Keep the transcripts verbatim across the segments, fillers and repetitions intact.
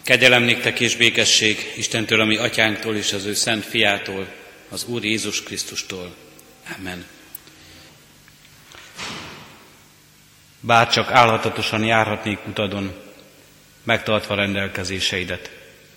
Kegyelem néktek és békesség Istentől, a mi atyánktól és az ő szent fiától, az Úr Jézus Krisztustól. Amen. Bár csak álhatatosan járhatnék utadon, megtartva rendelkezéseidet.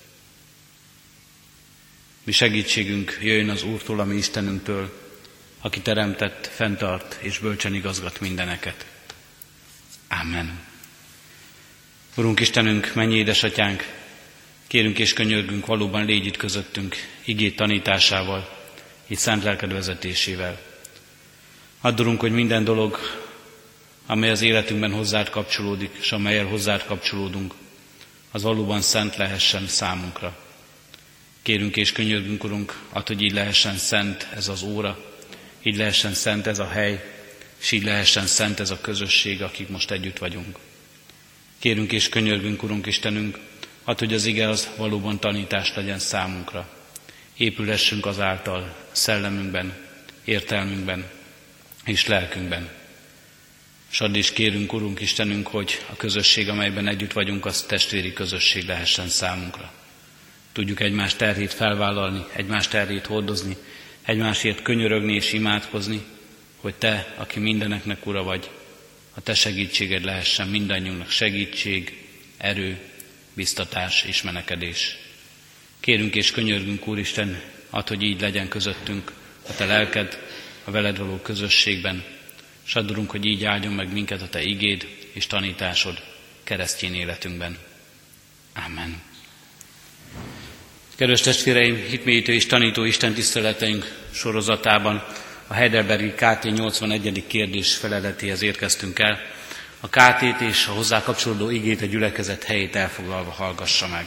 Mi segítségünk jöjjön az Úrtól, a mi Istenünktől, aki teremtett, fenntart és bölcsen igazgat mindeneket. Amen. Urunk Istenünk, mennyi édesatyánk, kérünk és könyörgünk, valóban légy itt közöttünk, igét tanításával, itt szent lelked vezetésével. Add, Urunk, hogy minden dolog, amely az életünkben hozzád kapcsolódik, és amellyel hozzád kapcsolódunk, az valóban szent lehessen számunkra. Kérünk és könyörgünk, Urunk, add, hogy így lehessen szent ez az óra, így lehessen szent ez a hely, és így lehessen szent ez a közösség, akik most együtt vagyunk. Kérünk és könyörgünk, Urunk Istenünk, add, hogy az ige az valóban tanítást legyen számunkra. Épülhessünk azáltal szellemünkben, értelmünkben és lelkünkben. És add is kérünk, Urunk Istenünk, hogy a közösség, amelyben együtt vagyunk, az testvéri közösség lehessen számunkra. Tudjuk egymás terhét felvállalni, egymás terhét hordozni, egymásért könyörögni és imádkozni, hogy Te, aki mindeneknek Ura vagy, a Te segítséged lehessen mindannyiunknak segítség, erő, biztatás és menekedés. Kérünk és könyörgünk, Úristen, add, hogy így legyen közöttünk a Te lelked, a veled való közösségben, s add, Urunk, hogy így áldjon meg minket a Te igéd és tanításod keresztény életünkben. Amen. Kedves testvéreim, hitmélyítő és tanító Isten tiszteleteink sorozatában a Heidelbergi ká té nyolcvanegyedik kérdés feleletéhez érkeztünk el. A ká tét és a hozzá kapcsolódó igét a gyülekezet helyét elfoglalva hallgassa meg.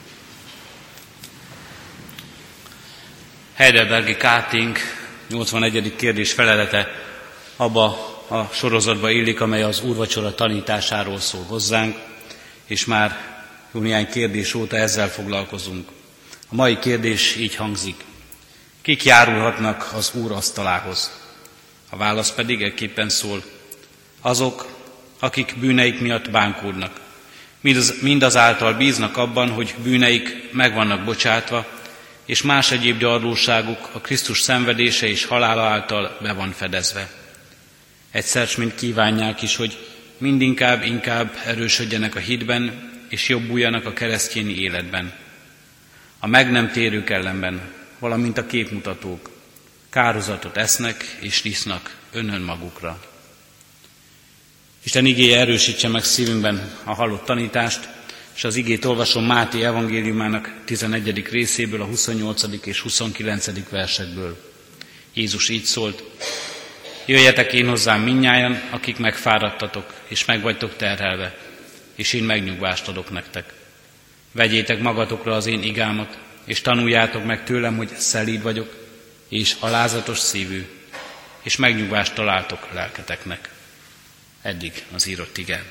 Heidelbergi ká ténk nyolcvanegyedik kérdés felelete abba a sorozatba illik, amely az úrvacsora tanításáról szól hozzánk, és már jó néhány kérdés óta ezzel foglalkozunk. A mai kérdés így hangzik: kik járulhatnak az Úr asztalához? A válasz pedig ekképpen szól: azok, akik bűneik miatt bánkódnak, mindaz, mindazáltal bíznak abban, hogy bűneik meg vannak bocsátva, és más egyéb adósságuk a Krisztus szenvedése és halála által be van fedezve. Egyszer s mind kívánják is, hogy mindinkább inkább erősödjenek a hitben, és jobbuljanak a keresztjéni életben. A meg nem térők ellenben, valamint a képmutatók, kározatot esznek és isznak önön magukra. Isten igéje erősítse meg szívünkben a hallott tanítást, és az igét olvasom Máté evangéliumának tizenegyedik részéből, a huszonnyolcadik és huszonkilencedik versekből. Jézus így szólt: jöjjetek én hozzám mindnyájan, akik megfáradtatok, és meg vagytok terhelve, és én megnyugvást adok nektek. Vegyétek magatokra az én igámat, és tanuljátok meg tőlem, hogy szelíd vagyok, és alázatos szívű, és megnyugvást találtok lelketeknek. Eddig az írott ige.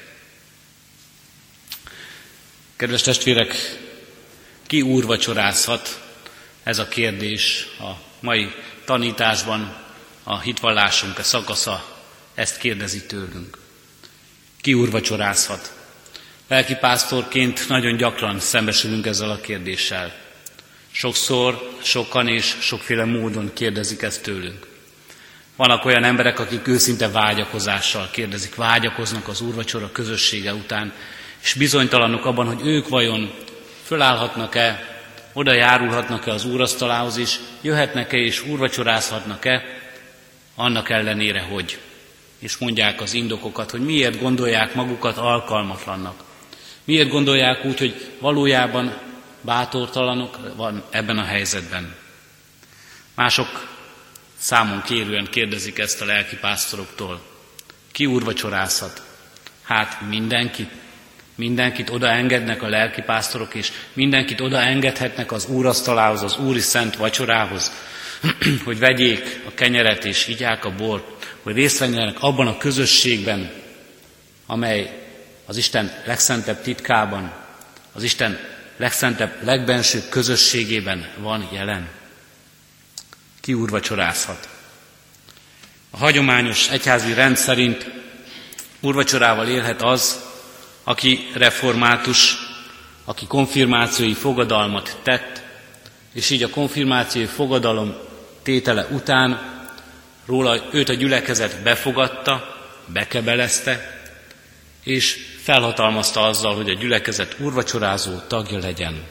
Kedves testvérek, ki úrvacsorázhat? Ez a kérdés a mai tanításban, a hitvallásunk a szakasza ezt kérdezi tőlünk. Ki úrvacsorázhat? Lelkipásztorként nagyon gyakran szembesülünk ezzel a kérdéssel. Sokszor, sokan és sokféle módon kérdezik ezt tőlünk. Vannak olyan emberek, akik őszinte vágyakozással kérdezik, vágyakoznak az úrvacsora közössége után, és bizonytalanok abban, hogy ők vajon fölállhatnak-e, oda járulhatnak-e az úrasztalához is, jöhetnek-e és úrvacsorázhatnak-e, annak ellenére, hogy. És mondják az indokokat, hogy miért gondolják magukat alkalmatlannak. Miért gondolják úgy, hogy valójában bátortalanok van ebben a helyzetben. Mások számon kérően kérdezik ezt a lelkipásztoroktól. Ki úrvacsorázhat? Hát mindenki. Mindenkit odaengednek a lelkipásztorok, és mindenkit odaengedhetnek az úrasztalához, az úri szent vacsorához, hogy vegyék a kenyeret és igyák a bort, hogy részt venjenek abban a közösségben, amely az Isten legszentebb titkában, az Isten legszentebb, legbensőbb közösségében van jelen. Ki úrvacsorázhat? A hagyományos egyházi rend szerint úrvacsorával élhet az, aki református, aki konfirmációi fogadalmat tett, és így a konfirmációi fogadalom tétele után róla őt a gyülekezet befogadta, bekebelezte, és felhatalmazta azzal, hogy a gyülekezet úrvacsorázó tagja legyen.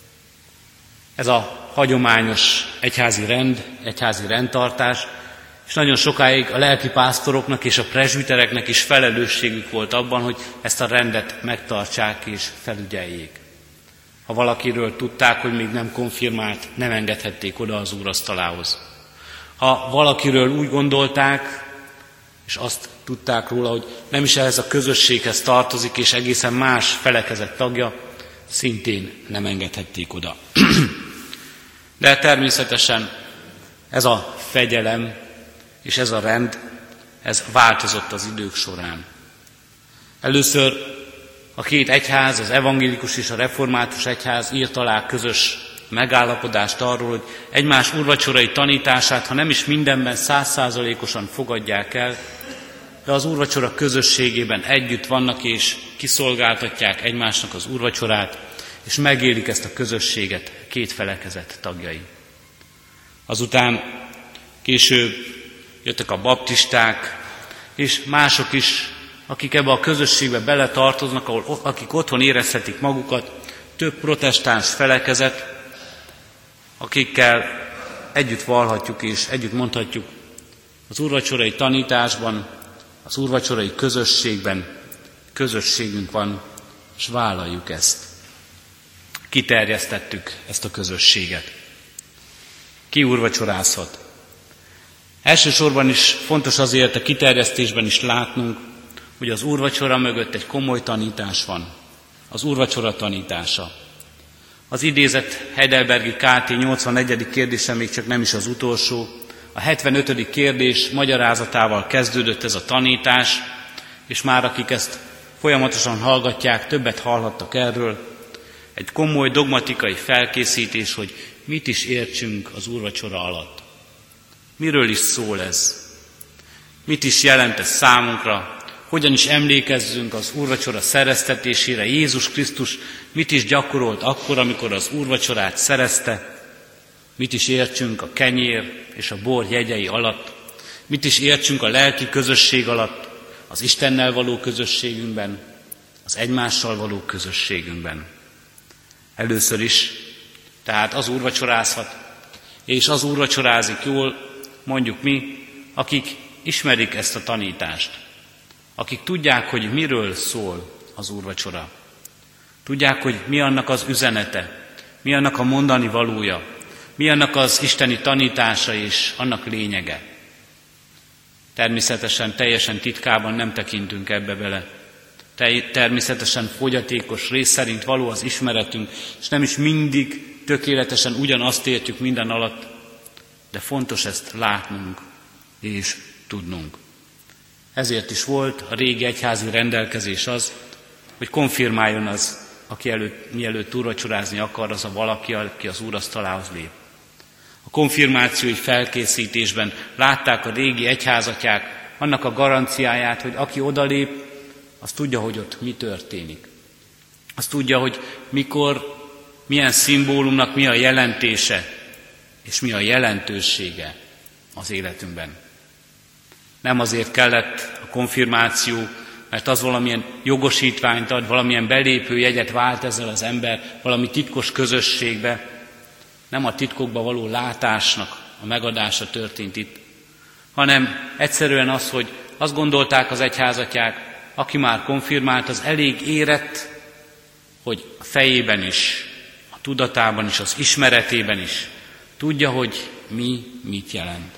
Ez a hagyományos egyházi rend, egyházi rendtartás, és nagyon sokáig a lelkipásztoroknak és a presbitereknek is felelősségük volt abban, hogy ezt a rendet megtartsák és felügyeljék. Ha valakiről tudták, hogy még nem konfirmált, nem engedhették oda az úrasztalához. Ha valakiről úgy gondolták, és azt tudták róla, hogy nem is ehhez a közösséghez tartozik, és egészen más felekezet tagja, szintén nem engedhették oda. De természetesen ez a fegyelem és ez a rend, ez változott az idők során. Először a két egyház, az evangélikus és a református egyház írt alá közös megállapodást arról, hogy egymás úrvacsorai tanítását, ha nem is mindenben százszázalékosan fogadják el, de az úrvacsora közösségében együtt vannak és kiszolgáltatják egymásnak az úrvacsorát, és megélik ezt a közösséget két felekezet tagjai. Azután később jöttek a baptisták, és mások is, akik ebbe a közösségbe beletartoznak, ahol, akik otthon érezhetik magukat, több protestáns felekezet, akikkel együtt vallhatjuk és együtt mondhatjuk, az úrvacsorai tanításban, az úrvacsorai közösségben közösségünk van, és vállaljuk ezt. Kiterjesztettük ezt a közösséget. Ki úrvacsorázhat? Elsősorban is fontos azért a kiterjesztésben is látnunk, hogy az úrvacsora mögött egy komoly tanítás van. Az úrvacsora tanítása. Az idézett Heidelbergi ká té nyolcvannegyedik kérdése még csak nem is az utolsó. A hetvenötödik kérdés magyarázatával kezdődött ez a tanítás, és már akik ezt folyamatosan hallgatják, többet hallhattak erről. Egy komoly dogmatikai felkészítés, hogy mit is értsünk az úrvacsora alatt. Miről is szól ez? Mit is jelent ez számunkra? Hogyan is emlékezzünk az úrvacsora szereztetésére? Jézus Krisztus mit is gyakorolt akkor, amikor az úrvacsorát szerezte? Mit is értsünk a kenyér és a bor jegyei alatt? Mit is értsünk a lelki közösség alatt, az Istennel való közösségünkben, az egymással való közösségünkben? Először is, tehát az úrvacsorázhat, és az úrvacsorázik jól, mondjuk mi, akik ismerik ezt a tanítást, akik tudják, hogy miről szól az úrvacsora. Tudják, hogy mi annak az üzenete, mi annak a mondani valója, mi annak az isteni tanítása és annak lényege. Természetesen teljesen titkában nem tekintünk ebbe bele. Természetesen fogyatékos rész szerint való az ismeretünk, és nem is mindig tökéletesen ugyanazt értjük minden alatt, de fontos ezt látnunk és tudnunk. Ezért is volt a régi egyházi rendelkezés az, hogy konfirmáljon az, aki előtt, mielőtt úrvacsorázni akar, az a valaki, aki az úrasztalához lép. A konfirmációi felkészítésben látták a régi egyházatyák annak a garanciáját, hogy aki odalép, az tudja, hogy ott mi történik. Azt tudja, hogy mikor, milyen szimbólumnak mi a jelentése, és mi a jelentősége az életünkben. Nem azért kellett a konfirmáció, mert az valamilyen jogosítványt ad, valamilyen belépőjegyet vált ezzel az ember valami titkos közösségbe. Nem a titkokba való látásnak a megadása történt itt, hanem egyszerűen az, hogy azt gondolták az egyházatyák, aki már konfirmált, az elég érett, hogy a fejében is, a tudatában is, az ismeretében is tudja, hogy mi mit jelent.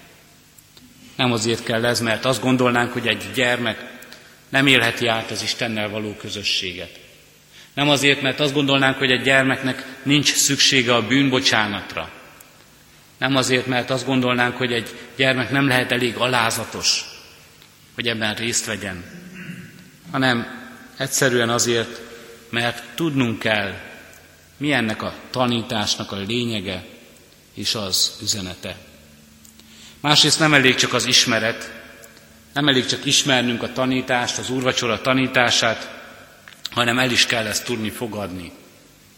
Nem azért kell ez, mert azt gondolnánk, hogy egy gyermek nem élheti át az Istennel való közösséget. Nem azért, mert azt gondolnánk, hogy egy gyermeknek nincs szüksége a bűnbocsánatra. Nem azért, mert azt gondolnánk, hogy egy gyermek nem lehet elég alázatos, hogy ebben részt vegyen, hanem egyszerűen azért, mert tudnunk kell, mi ennek a tanításnak a lényege és az üzenete. Másrészt nem elég csak az ismeret, nem elég csak ismernünk a tanítást, az úrvacsora tanítását, hanem el is kell ezt tudni fogadni.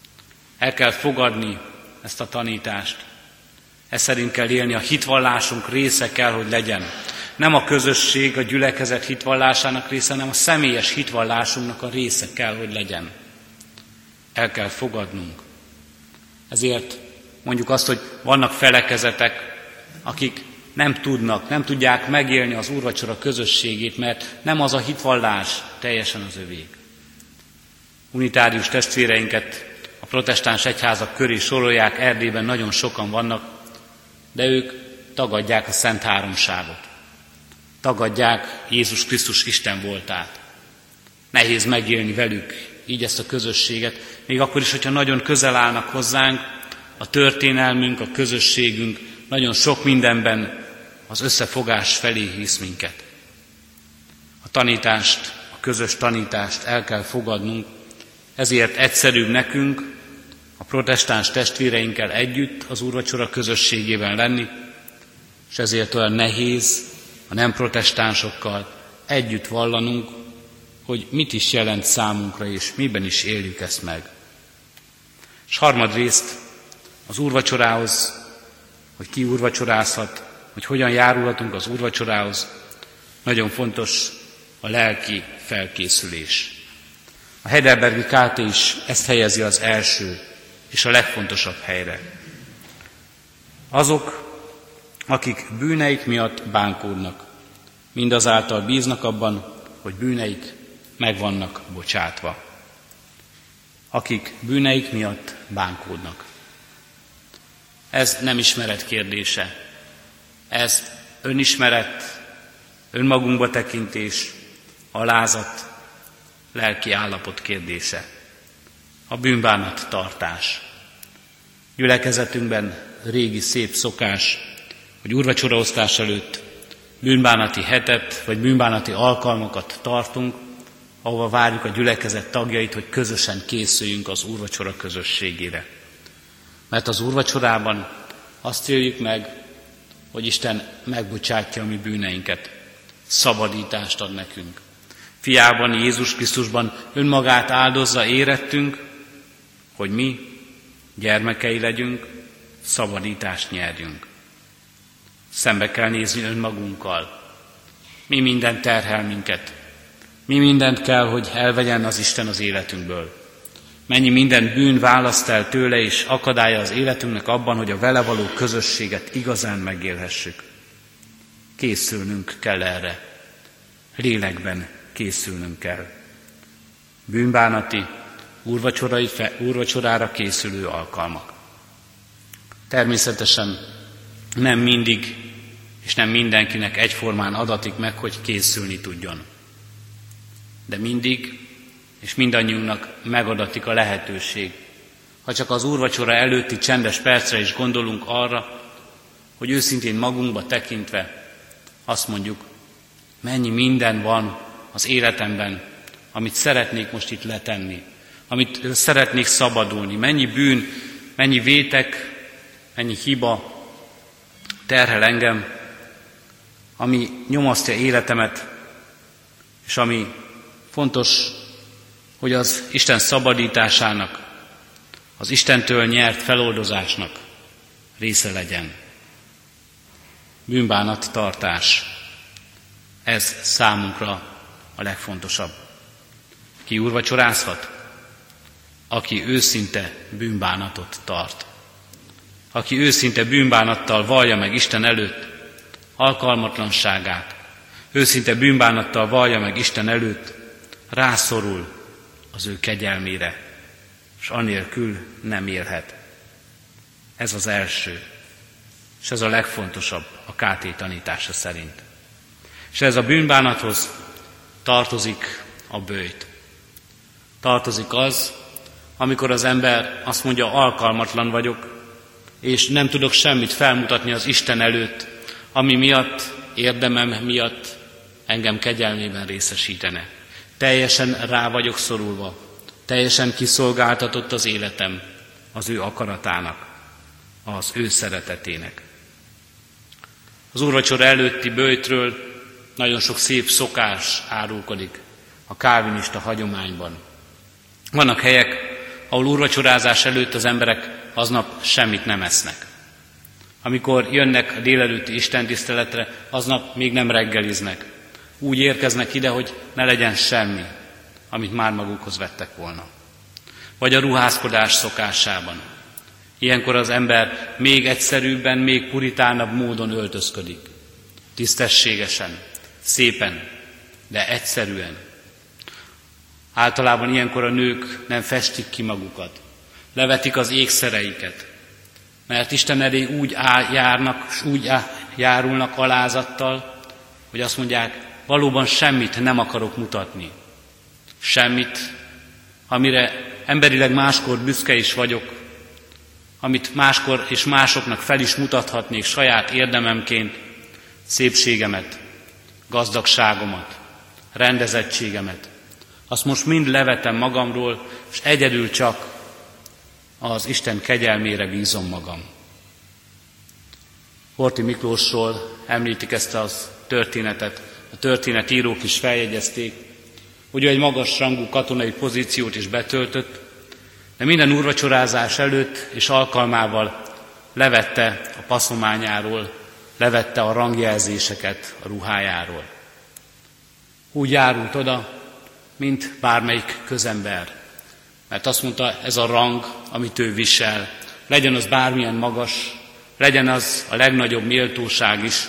El kell fogadni ezt a tanítást. Ez szerint kell élni, a hitvallásunk része kell, hogy legyen. Nem a közösség, a gyülekezet hitvallásának része, hanem a személyes hitvallásunknak a része kell, hogy legyen. El kell fogadnunk. Ezért mondjuk azt, hogy vannak felekezetek, akik nem tudnak, nem tudják megélni az úrvacsora közösségét, mert nem az a hitvallás teljesen az övék. Unitárius testvéreinket a protestáns egyházak köré sorolják, Erdélyben nagyon sokan vannak, de ők tagadják a Szent Háromságot. Tagadják Jézus Krisztus Isten voltát. Nehéz megélni velük így ezt a közösséget, még akkor is, hogyha nagyon közel állnak hozzánk, a történelmünk, a közösségünk nagyon sok mindenben az összefogás felé hisz minket. A tanítást, a közös tanítást el kell fogadnunk, ezért egyszerűbb nekünk a protestáns testvéreinkkel együtt az úrvacsora közösségében lenni, és ezért olyan nehéz a nem protestánsokkal együtt vallanunk, hogy mit is jelent számunkra, és miben is éljük ezt meg. És harmadrészt az úrvacsorához, hogy ki úrvacsorázhat, hogy hogyan járulhatunk az úrvacsorához, nagyon fontos a lelki felkészülés. A Heidelbergi ká té is ezt helyezi az első és a legfontosabb helyre. Azok, akik bűneik miatt bánkódnak, mindazáltal bíznak abban, hogy bűneik meg vannak bocsátva. Akik bűneik miatt bánkódnak. Ez nem ismeret kérdése. Ez önismeret, önmagunkba tekintés, alázat, lelki állapot kérdése. A bűnbánat tartás. Gyülekezetünkben régi szép szokás, hogy úrvacsoraosztás előtt bűnbánati hetet, vagy bűnbánati alkalmakat tartunk, ahova várjuk a gyülekezet tagjait, hogy közösen készüljünk az úrvacsora közösségére. Mert az úrvacsorában azt éljük meg, hogy Isten megbocsátja a mi bűneinket, szabadítást ad nekünk. Fiában, Jézus Krisztusban önmagát áldozza érettünk, hogy mi gyermekei legyünk, szabadítást nyerjünk. Szembe kell nézni önmagunkkal. Mi mindent terhel minket. Mi mindent kell, hogy elvegyen az Isten az életünkből. Mennyi minden bűn választ el tőle, és akadálya az életünknek abban, hogy a vele való közösséget igazán megélhessük. Készülnünk kell erre. Lélekben készülnünk kell. Bűnbánati, úrvacsorai, úrvacsorára készülő alkalmak. Természetesen nem mindig, és nem mindenkinek egyformán adatik meg, hogy készülni tudjon. De mindig, és mindannyiunknak megadatik a lehetőség. Ha csak az úrvacsora előtti csendes percre is gondolunk arra, hogy őszintén magunkba tekintve azt mondjuk, mennyi minden van az életemben, amit szeretnék most itt letenni, amit szeretnék szabadulni, mennyi bűn, mennyi vétek, mennyi hiba terhel engem, ami nyomasztja életemet, és ami fontos, hogy az Isten szabadításának, az Istentől nyert feloldozásnak része legyen. Bűnbánat tartás. Ez számunkra a legfontosabb. Ki úrvacsorázhat? Aki őszinte bűnbánatot tart. Aki őszinte bűnbánattal vallja meg Isten előtt alkalmatlanságát, őszinte bűnbánattal vallja meg Isten előtt, rászorul az ő kegyelmére, és anélkül nem élhet. Ez az első, és ez a legfontosabb a ká té tanítása szerint. És ez a bűnbánathoz tartozik a böjt. Tartozik az, amikor az ember azt mondja, alkalmatlan vagyok, és nem tudok semmit felmutatni az Isten előtt, ami miatt, érdemem miatt engem kegyelmében részesítene. Teljesen rá vagyok szorulva, teljesen kiszolgáltatott az életem az ő akaratának, az ő szeretetének. Az úrvacsora előtti böjtről nagyon sok szép szokás árulkodik a kálvinista hagyományban. Vannak helyek, ahol úrvacsorázás előtt az emberek aznap semmit nem esznek. Amikor jönnek a délelőtti istentiszteletre, aznap még nem reggeliznek. Úgy érkeznek ide, hogy ne legyen semmi, amit már magukhoz vettek volna. Vagy a ruházkodás szokásában. Ilyenkor az ember még egyszerűbben, még puritánabb módon öltözködik. Tisztességesen, szépen, de egyszerűen. Általában ilyenkor a nők nem festik ki magukat, levetik az ékszereiket, mert Isten elé úgy járnak, és úgy járulnak alázattal, hogy azt mondják, valóban semmit nem akarok mutatni. Semmit, amire emberileg máskor büszke is vagyok, amit máskor és másoknak fel is mutathatnék saját érdememként, szépségemet, gazdagságomat, rendezettségemet. Azt most mind levetem magamról, és egyedül csak az Isten kegyelmére bízom magam. Horthy Miklósról említik ezt a történetet, a történetírók is feljegyezték, hogy ő egy magas rangú katonai pozíciót is betöltött, de minden úrvacsorázás előtt és alkalmával levette a passzományáról, levette a rangjelzéseket a ruhájáról. Úgy járult oda, mint bármelyik közember. Mert azt mondta, ez a rang, amit ő visel, legyen az bármilyen magas, legyen az a legnagyobb méltóság is,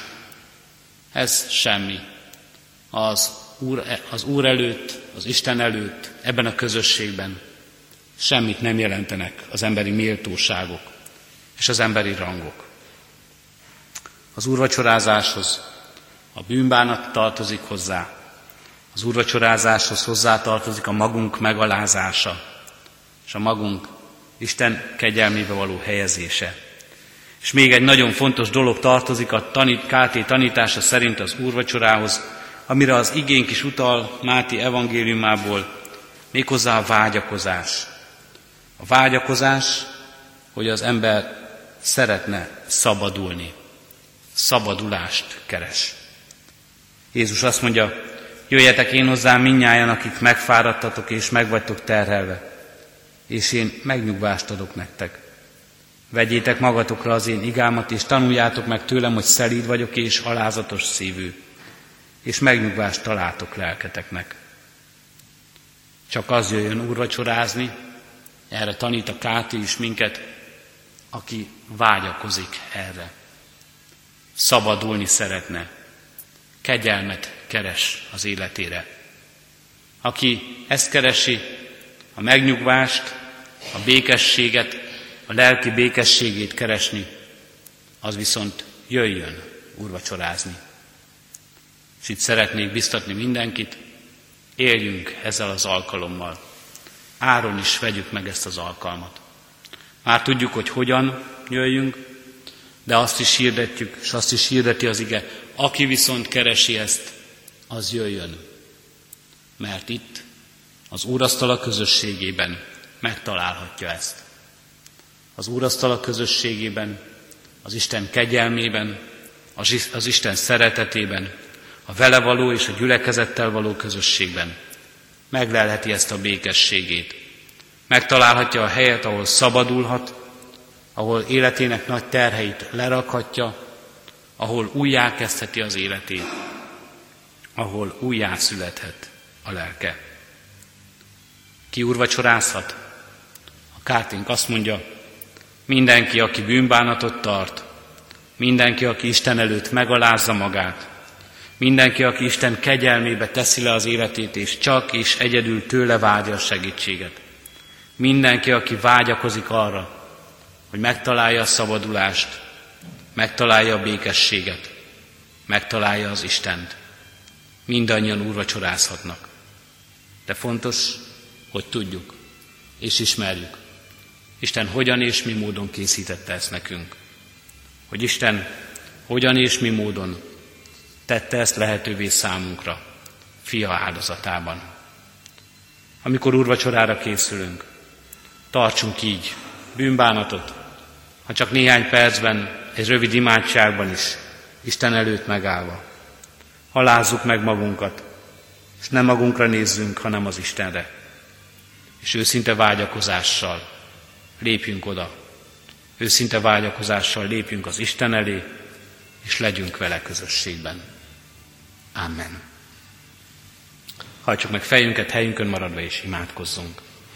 ez semmi. Az Úr, az Úr előtt, az Isten előtt, ebben a közösségben semmit nem jelentenek az emberi méltóságok és az emberi rangok. Az úrvacsorázáshoz a bűnbánat tartozik hozzá, az úrvacsorázáshoz hozzátartozik a magunk megalázása, és a magunk Isten kegyelmébe való helyezése. És még egy nagyon fontos dolog tartozik a tanít, ká té tanítása szerint az úrvacsorához, amire az igénk is utal Máté evangéliumából, méghozzá a vágyakozás. A vágyakozás, hogy az ember szeretne szabadulni, szabadulást keres. Jézus azt mondja, jöjjetek én hozzám mindnyájan, akik megfáradtatok és megvagytok terhelve, és én megnyugvást adok nektek. Vegyétek magatokra az én igámat, és tanuljátok meg tőlem, hogy szelíd vagyok és alázatos szívű, és megnyugvást találtok lelketeknek. Csak az jöjjön úrvacsorázni, erre tanít a ká té is minket, aki vágyakozik erre. Szabadulni szeretne, kegyelmet keres az életére. Aki ezt keresi, a megnyugvást, a békességet, a lelki békességét keresni, az viszont jöjjön úrvacsorázni. És itt szeretnék biztatni mindenkit, éljünk ezzel az alkalommal. Áron is vegyük meg ezt az alkalmat. Már tudjuk, hogy hogyan jöjjünk, de azt is hirdetjük, és azt is hirdeti az ige, aki viszont keresi ezt, az jöjjön. Mert itt, az úrasztala közösségében megtalálhatja ezt. Az úrasztala közösségében, az Isten kegyelmében, az Isten szeretetében, a vele való és a gyülekezettel való közösségben meglelheti ezt a békességét. Megtalálhatja a helyet, ahol szabadulhat, ahol életének nagy terheit lerakhatja, ahol újjákezdheti az életét, ahol újjászülethet a lelke. Ki úrvacsorázhat? A ká ténk azt mondja, mindenki, aki bűnbánatot tart, mindenki, aki Isten előtt megalázza magát, mindenki, aki Isten kegyelmébe teszi le az életét, és csak és egyedül tőle várja a segítséget. Mindenki, aki vágyakozik arra, hogy megtalálja a szabadulást, megtalálja a békességet, megtalálja az Istent. Mindannyian úrvacsorázhatnak. De fontos, hogy tudjuk és ismerjük, Isten hogyan és mi módon készítette ezt nekünk. Hogy Isten hogyan és mi módon tette ezt lehetővé számunkra, fia áldozatában. Amikor úrvacsorára készülünk, tartsunk így bűnbánatot, ha csak néhány percben, egy rövid imádságban is, Isten előtt megállva. Alázzuk meg magunkat, és nem magunkra nézzünk, hanem az Istenre. és őszinte vágyakozással lépjünk oda. Őszinte vágyakozással lépjünk az Isten elé, és legyünk vele közösségben. Amen. Hajtsuk meg fejünket, helyünkön maradva, és imádkozzunk.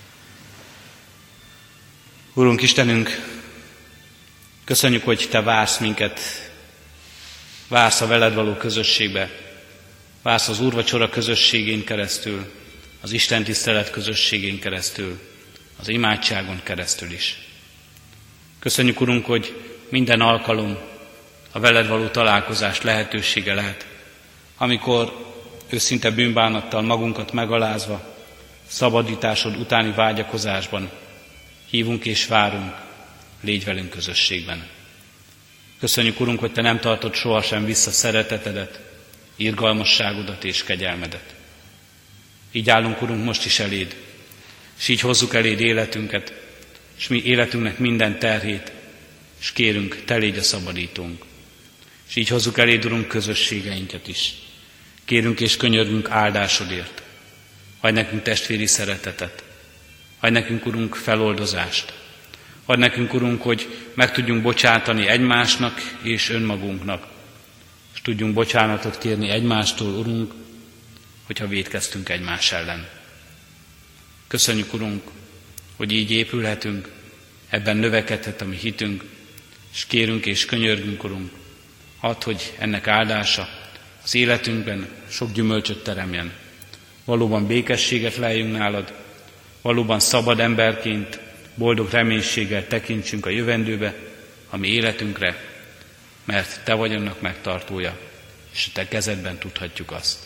Urunk Istenünk, köszönjük, hogy Te vársz minket, vársz a veled való közösségbe, vársz az úrvacsora közösségén keresztül, az Isten tisztelet közösségén keresztül, az imádságon keresztül is. Köszönjük, Urunk, hogy minden alkalom a veled való találkozás lehetősége lehet, amikor őszinte bűnbánattal magunkat megalázva, szabadításod utáni vágyakozásban hívunk és várunk, légy velünk közösségben. Köszönjük, Urunk, hogy Te nem tartod sohasem vissza szeretetedet, irgalmasságodat és kegyelmedet. Így állunk, Urunk, most is eléd, és így hozzuk eléd életünket, és mi életünknek minden terhét, és kérünk, Te légy a szabadítónk. És így hozzuk eléd, Urunk, közösségeinket is. Kérünk és könyörgünk áldásodért. Adj nekünk testvéri szeretetet. Adj nekünk, Urunk, feloldozást. Adj nekünk, Urunk, hogy meg tudjunk bocsátani egymásnak és önmagunknak. És tudjunk bocsánatot kérni egymástól, Urunk, hogyha vétkeztünk egymás ellen. Köszönjük, Urunk, hogy így épülhetünk, ebben növekedhet a mi hitünk, és kérünk és könyörgünk, Urunk, add, hogy ennek áldása az életünkben sok gyümölcsöt teremjen. Valóban békességet leljünk nálad, valóban szabad emberként, boldog reménységgel tekintsünk a jövendőbe, a mi életünkre, mert Te vagy annak megtartója, és a Te kezedben tudhatjuk azt.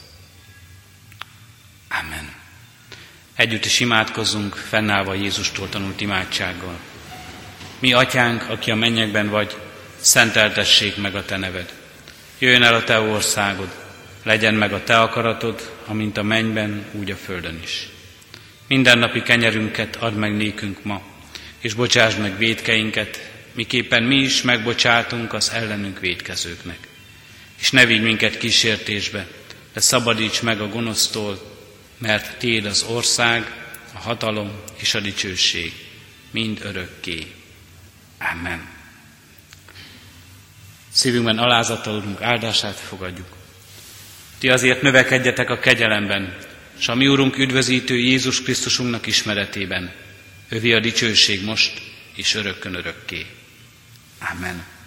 Amen. Együtt is imádkozzunk, fennállva Jézustól tanult imádsággal. Mi atyánk, aki a mennyekben vagy, szenteltessék meg a Te neved. Jöjjön el a Te országod, legyen meg a Te akaratod, amint a mennyben, úgy a földön is. Mindennapi kenyerünket add meg nékünk ma, és bocsásd meg vétkeinket, miképpen mi is megbocsátunk az ellenünk vétkezőknek. És ne vigy minket kísértésbe, de szabadíts meg a gonosztól, mert Tiéd az ország, a hatalom és a dicsőség, mind örökké. Amen. Szívünkben alázattal, Urunk, áldását fogadjuk. Ti azért növekedjetek a kegyelemben, s a mi Urunk üdvözítő Jézus Krisztusunknak ismeretében. Övé a dicsőség most és örökkön örökké. Amen.